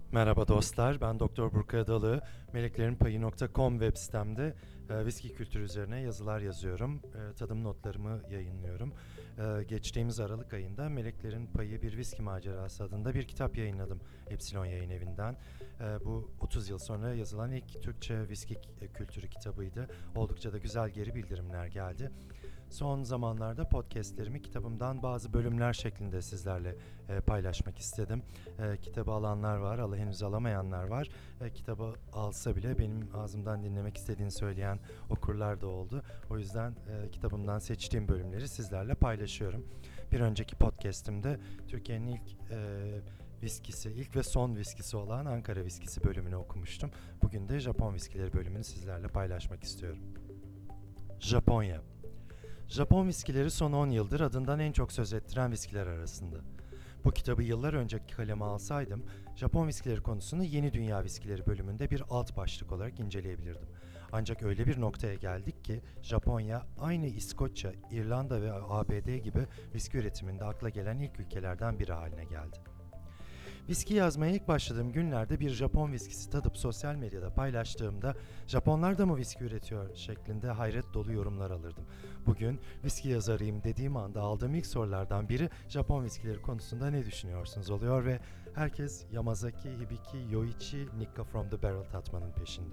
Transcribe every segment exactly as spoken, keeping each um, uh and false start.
Merhaba dostlar, ben Doktor Burkay Adalı. meleklerinpayı nokta com web sitemde e, viski kültürü üzerine yazılar yazıyorum. E, tadım notlarımı yayınlıyorum. E, geçtiğimiz Aralık ayında Meleklerin Payı Bir Viski Macerası adında bir kitap yayınladım Epsilon Yayın Evi'nden. E, bu otuz yıl sonra yazılan ilk Türkçe viski kültürü kitabıydı. Oldukça da güzel geri bildirimler geldi. Son zamanlarda podcastlerimi kitabımdan bazı bölümler şeklinde sizlerle e, paylaşmak istedim. E, kitabı alanlar var, al henüz alamayanlar var. E, kitabı alsa bile benim ağzımdan dinlemek istediğini söyleyen okurlar da oldu. O yüzden e, kitabımdan seçtiğim bölümleri sizlerle paylaşıyorum. Bir önceki podcastimde Türkiye'nin ilk e, viskisi, ilk ve son viskisi olan Ankara viskisi bölümünü okumuştum. Bugün de Japon viskileri bölümünü sizlerle paylaşmak istiyorum. Japonya. Japon viskileri son on yıldır adından en çok söz ettiren viskiler arasında. Bu kitabı yıllar önce kaleme alsaydım, Japon viskileri konusunu Yeni Dünya Viskileri bölümünde bir alt başlık olarak inceleyebilirdim. Ancak öyle bir noktaya geldik ki Japonya aynı İskoçya, İrlanda ve A B D gibi viski üretiminde akla gelen ilk ülkelerden biri haline geldi. Viski yazmaya ilk başladığım günlerde bir Japon viskisi tadıp sosyal medyada paylaştığımda "Japonlar da mı viski üretiyor?" şeklinde hayret dolu yorumlar alırdım. Bugün viski yazarıyım dediğim anda aldığım ilk sorulardan biri Japon viskileri konusunda ne düşünüyorsunuz oluyor ve herkes Yamazaki, Hibiki, Yoichi, Nikka from the Barrel tatmanın peşinde.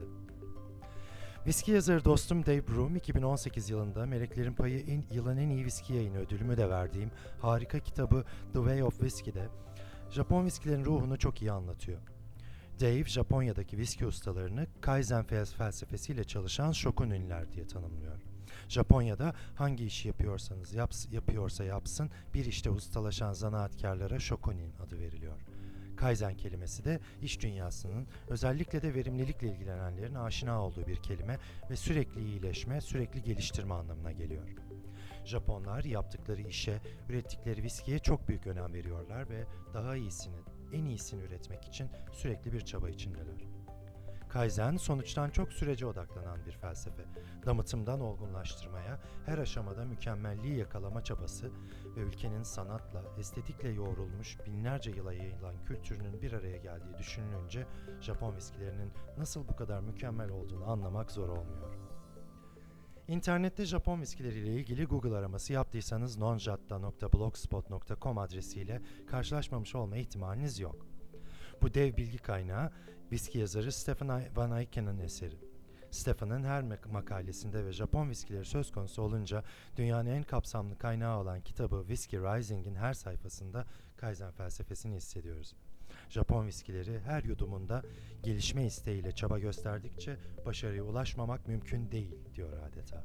Viski yazarı dostum Dave Broom iki bin on sekiz yılında Meleklerin Payı en, yılın en iyi viski yayını ödülümü de verdiğim harika kitabı The Way of Whiskey'de Japon viskilerin ruhunu çok iyi anlatıyor. Dave, Japonya'daki viski ustalarını Kaizen felsefesiyle çalışan shokuninler diye tanımlıyor. Japonya'da hangi işi yapıyorsanız yaps, yapıyorsa yapsın bir işte ustalaşan zanaatkarlara shokunin adı veriliyor. Kaizen kelimesi de iş dünyasının özellikle de verimlilikle ilgilenenlerin aşina olduğu bir kelime ve sürekli iyileşme, sürekli geliştirme anlamına geliyor. Japonlar yaptıkları işe, ürettikleri viskiye çok büyük önem veriyorlar ve daha iyisini, en iyisini üretmek için sürekli bir çaba içindeler. Kaizen sonuçtan çok sürece odaklanan bir felsefe. Damıtımdan olgunlaştırmaya, her aşamada mükemmelliği yakalama çabası ve ülkenin sanatla, estetikle yoğrulmuş binlerce yıla yayılan kültürünün bir araya geldiği düşünülünce Japon viskilerinin nasıl bu kadar mükemmel olduğunu anlamak zor olmuyor. İnternette Japon viskileriyle ilgili Google araması yaptıysanız nonjatta nokta blogspot nokta com adresiyle karşılaşmamış olma ihtimaliniz yok. Bu dev bilgi kaynağı viski yazarı Stefan Van Eyken'in eseri. Stefan'ın her makalesinde ve Japon viskileri söz konusu olunca dünyanın en kapsamlı kaynağı olan kitabı Whiskey Rising'in her sayfasında Kaizen felsefesini hissediyoruz. Japon viskileri her yudumunda gelişme isteğiyle çaba gösterdikçe başarıya ulaşmamak mümkün değil diyor adeta.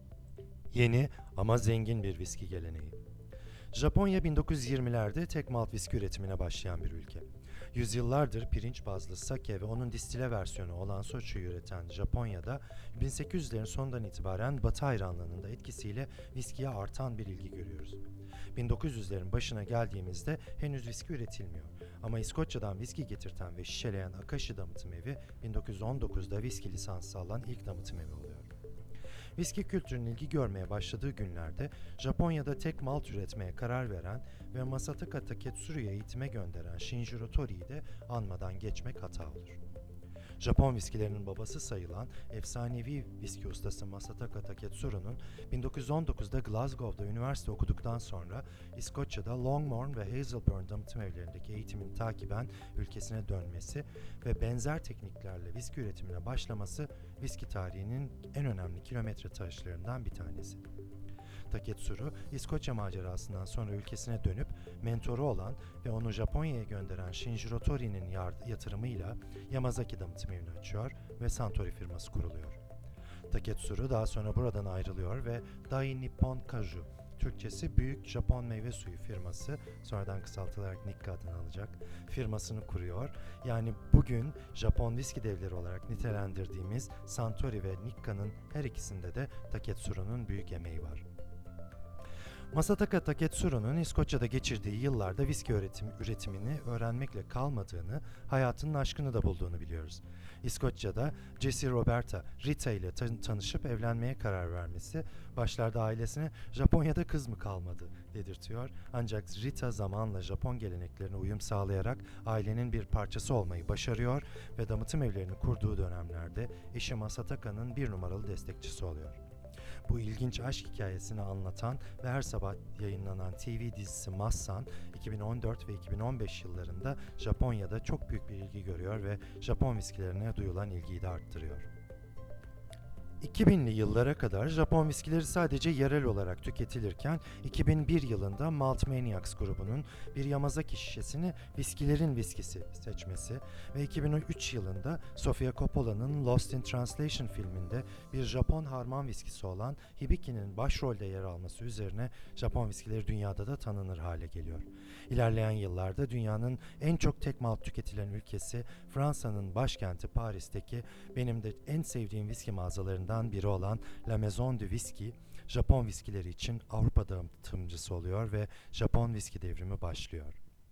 Yeni ama zengin bir viski geleneği. Japonya bin dokuz yüz yirmilerde tek malt viski üretimine başlayan bir ülke. Yüzyıllardır pirinç bazlı sake ve onun distile versiyonu olan soçuyu üreten Japonya'da bin sekiz yüzlerin sonundan itibaren Batı hayranlığının da etkisiyle viskiye artan bir ilgi görüyoruz. bin dokuz yüzlerin başına geldiğimizde henüz viski üretilmiyor. Ama İskoçya'dan viski getirten ve şişeleyen Akashi Damıtım Evi bin dokuz yüz on dokuzda viski lisansı alan ilk damıtım evi oluyor. Viski kültürünün ilgi görmeye başladığı günlerde Japonya'da tek malt üretmeye karar veren ve Masataka Taketsuru'ya eğitime gönderen Shinjiro Tori'yi de anmadan geçmek hata olur. Japon viskilerinin babası sayılan efsanevi viski ustası Masataka Taketsuru'nun bin dokuz yüz on dokuzda Glasgow'da üniversite okuduktan sonra İskoçya'da Longmorn ve Hazelburn damıtım evlerindeki eğitimini takiben ülkesine dönmesi ve benzer tekniklerle viski üretimine başlaması viski tarihinin en önemli kilometre taşlarından bir tanesi. Taketsuru, İskoçya macerasından sonra ülkesine dönüp mentoru olan ve onu Japonya'ya gönderen Shinjiro Tori'nin yatırımıyla Yamazaki damıtım evini açıyor ve Santori firması kuruluyor. Taketsuru daha sonra buradan ayrılıyor ve Dai Nippon Kaju, Türkçesi Büyük Japon Meyve Suyu firması, sonradan kısaltılarak Nikka adını alacak, firmasını kuruyor. Yani bugün Japon viski devleri olarak nitelendirdiğimiz Santori ve Nikka'nın her ikisinde de Taketsuru'nun büyük emeği var. Masataka Taketsuru'nun İskoçya'da geçirdiği yıllarda viski üretim, üretimini öğrenmekle kalmadığını, hayatının aşkını da bulduğunu biliyoruz. İskoçya'da Jessie Roberta Rita ile tan- tanışıp evlenmeye karar vermesi, başlarda ailesine "Japonya'da kız mı kalmadı?" dedirtiyor. Ancak Rita zamanla Japon geleneklerine uyum sağlayarak ailenin bir parçası olmayı başarıyor ve damıtım evlerini kurduğu dönemlerde eşi Masataka'nın bir numaralı destekçisi oluyor. Bu ilginç aşk hikayesini anlatan ve her sabah yayınlanan T V dizisi Massan, iki bin on dört ve iki bin on beş yıllarında Japonya'da çok büyük bir ilgi görüyor ve Japon viskilerine duyulan ilgiyi de arttırıyor. iki binli yıllara kadar Japon viskileri sadece yerel olarak tüketilirken iki bin bir yılında Malt Maniacs grubunun bir Yamazaki şişesini viskilerin viskisi seçmesi ve iki bin üç yılında Sofia Coppola'nın Lost in Translation filminde bir Japon harman viskisi olan Hibiki'nin başrolde yer alması üzerine Japon viskileri dünyada da tanınır hale geliyor. İlerleyen yıllarda dünyanın en çok tek malt tüketilen ülkesi Fransa'nın başkenti Paris'teki benim de en sevdiğim viski mağazalarından biri olan La Maison du Whisky, Japon viskileri için Avrupa dağıtımcısı oluyor ve Japon viski devrimi başlıyor.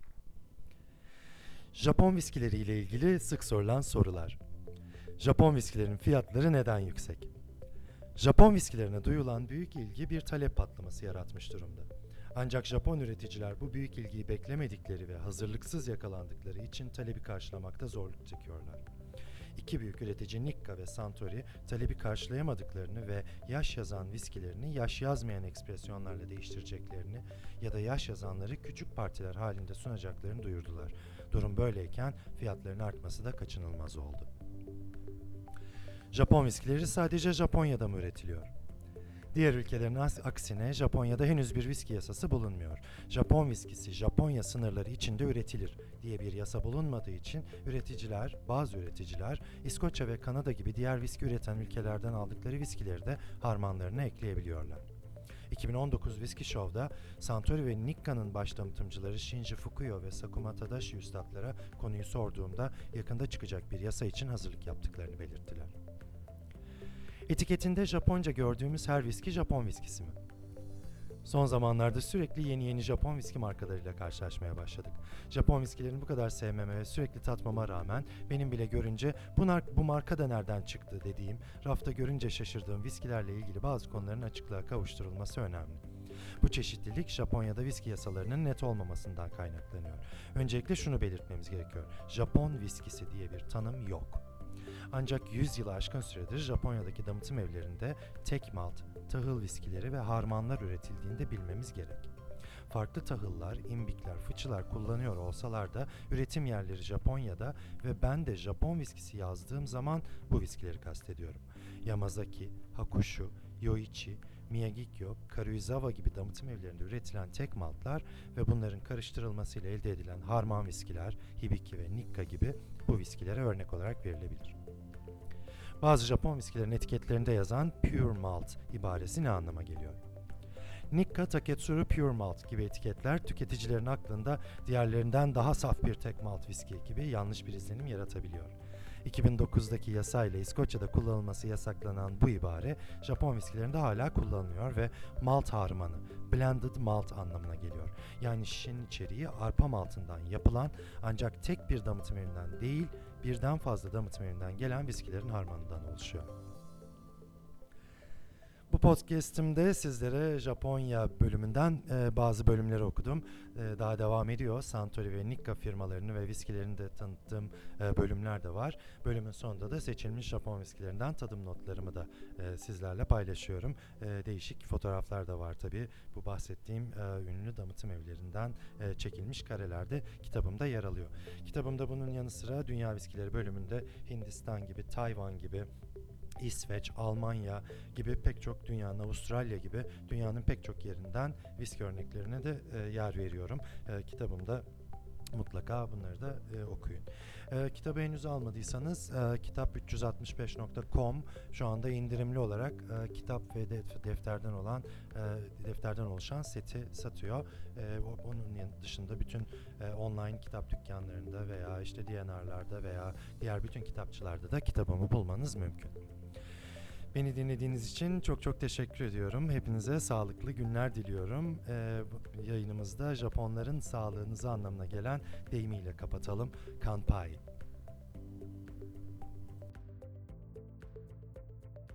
Japon viskileri ile ilgili sık sorulan sorular. Japon viskilerin fiyatları neden yüksek? Japon viskilerine duyulan büyük ilgi bir talep patlaması yaratmış durumda. Ancak Japon üreticiler bu büyük ilgiyi beklemedikleri ve hazırlıksız yakalandıkları için talebi karşılamakta zorluk çekiyorlar. İki büyük üretici Nikka ve Suntory talebi karşılayamadıklarını ve yaş yazan viskilerini yaş yazmayan ekspresyonlarla değiştireceklerini ya da yaş yazanları küçük partiler halinde sunacaklarını duyurdular. Durum böyleyken fiyatların artması da kaçınılmaz oldu. Japon viskileri sadece Japonya'da mı üretiliyor? Diğer ülkelerin aksine Japonya'da henüz bir viski yasası bulunmuyor. Japon viskisi Japonya sınırları içinde üretilir diye bir yasa bulunmadığı için üreticiler, bazı üreticiler İskoçya ve Kanada gibi diğer viski üreten ülkelerden aldıkları viskileri de harmanlarına ekleyebiliyorlar. iki bin on dokuz Whisky Show'da Suntory ve Nikka'nın baş damıtımcıları Shinji Fukuyo ve Sakuma Tadashi üstadlara konuyu sorduğumda yakında çıkacak bir yasa için hazırlık yaptıklarını belirttiler. Etiketinde Japonca gördüğümüz her viski Japon viskisi mi? Son zamanlarda sürekli yeni yeni Japon viski markalarıyla karşılaşmaya başladık. Japon viskilerini bu kadar sevmeme ve sürekli tatmama rağmen benim bile görünce bu, bu marka da nereden çıktı dediğim, rafta görünce şaşırdığım viskilerle ilgili bazı konuların açıklığa kavuşturulması önemli. Bu çeşitlilik Japonya'da viski yasalarının net olmamasından kaynaklanıyor. Öncelikle şunu belirtmemiz gerekiyor. Japon viskisi diye bir tanım yok. Ancak yüz yılı aşkın süredir Japonya'daki damıtım evlerinde tek malt, tahıl viskileri ve harmanlar üretildiğini de bilmemiz gerek. Farklı tahıllar, imbikler, fıçılar kullanıyor olsalar da üretim yerleri Japonya'da ve ben de Japon viskisi yazdığım zaman bu viskileri kastediyorum. Yamazaki, Hakushu, Yoichi, Miyagikyo, Karuizawa gibi damıtım evlerinde üretilen tek maltlar ve bunların karıştırılmasıyla elde edilen harman viskiler, Hibiki ve Nikka gibi bu viskilere örnek olarak verilebilir. Bazı Japon viskilerin etiketlerinde yazan Pure Malt ibaresi ne anlama geliyor? Nikka, Taketsuru Pure Malt gibi etiketler tüketicilerin aklında diğerlerinden daha saf bir tek malt viski gibi yanlış bir izlenim yaratabiliyor. iki bin dokuzdaki yasayla İskoçya'da kullanılması yasaklanan bu ibare Japon viskilerinde hala kullanılıyor ve malt harmanı, blended malt anlamına geliyor. Yani şişenin içeriği arpa maltından yapılan ancak tek bir damıtım evinden değil birden fazla damıtım evinden gelen viskilerin harmanından oluşuyor. Bu podcast'imde sizlere Japonya bölümünden e, bazı bölümleri okudum. E, daha devam ediyor. Suntory ve Nikka firmalarını ve viskilerini de tanıttığım e, bölümler de var. Bölümün sonunda da seçilmiş Japon viskilerinden tadım notlarımı da e, sizlerle paylaşıyorum. E, değişik fotoğraflar da var tabii. Bu bahsettiğim e, ünlü damıtım evlerinden e, çekilmiş karelerde kitabımda yer alıyor. Kitabımda bunun yanı sıra Dünya Viskileri bölümünde Hindistan gibi, Tayvan gibi, İsveç, Almanya gibi pek çok dünyanın, Avustralya gibi dünyanın pek çok yerinden viski örneklerine de e, yer veriyorum. E, kitabımda mutlaka bunları da e, okuyun. E, kitabı henüz almadıysanız e, kitap üç yüz altmış beş nokta com şu anda indirimli olarak e, kitap ve def- defterden olan e, defterden oluşan seti satıyor. E, onun dışında bütün e, online kitap dükkanlarında veya işte D and R'larda veya diğer bütün kitapçılarda da kitabımı bulmanız mümkün. Beni dinlediğiniz için çok çok teşekkür ediyorum. Hepinize sağlıklı günler diliyorum. Ee, yayınımızda Japonların sağlığınızı anlamına gelen deyimiyle kapatalım. Kanpai.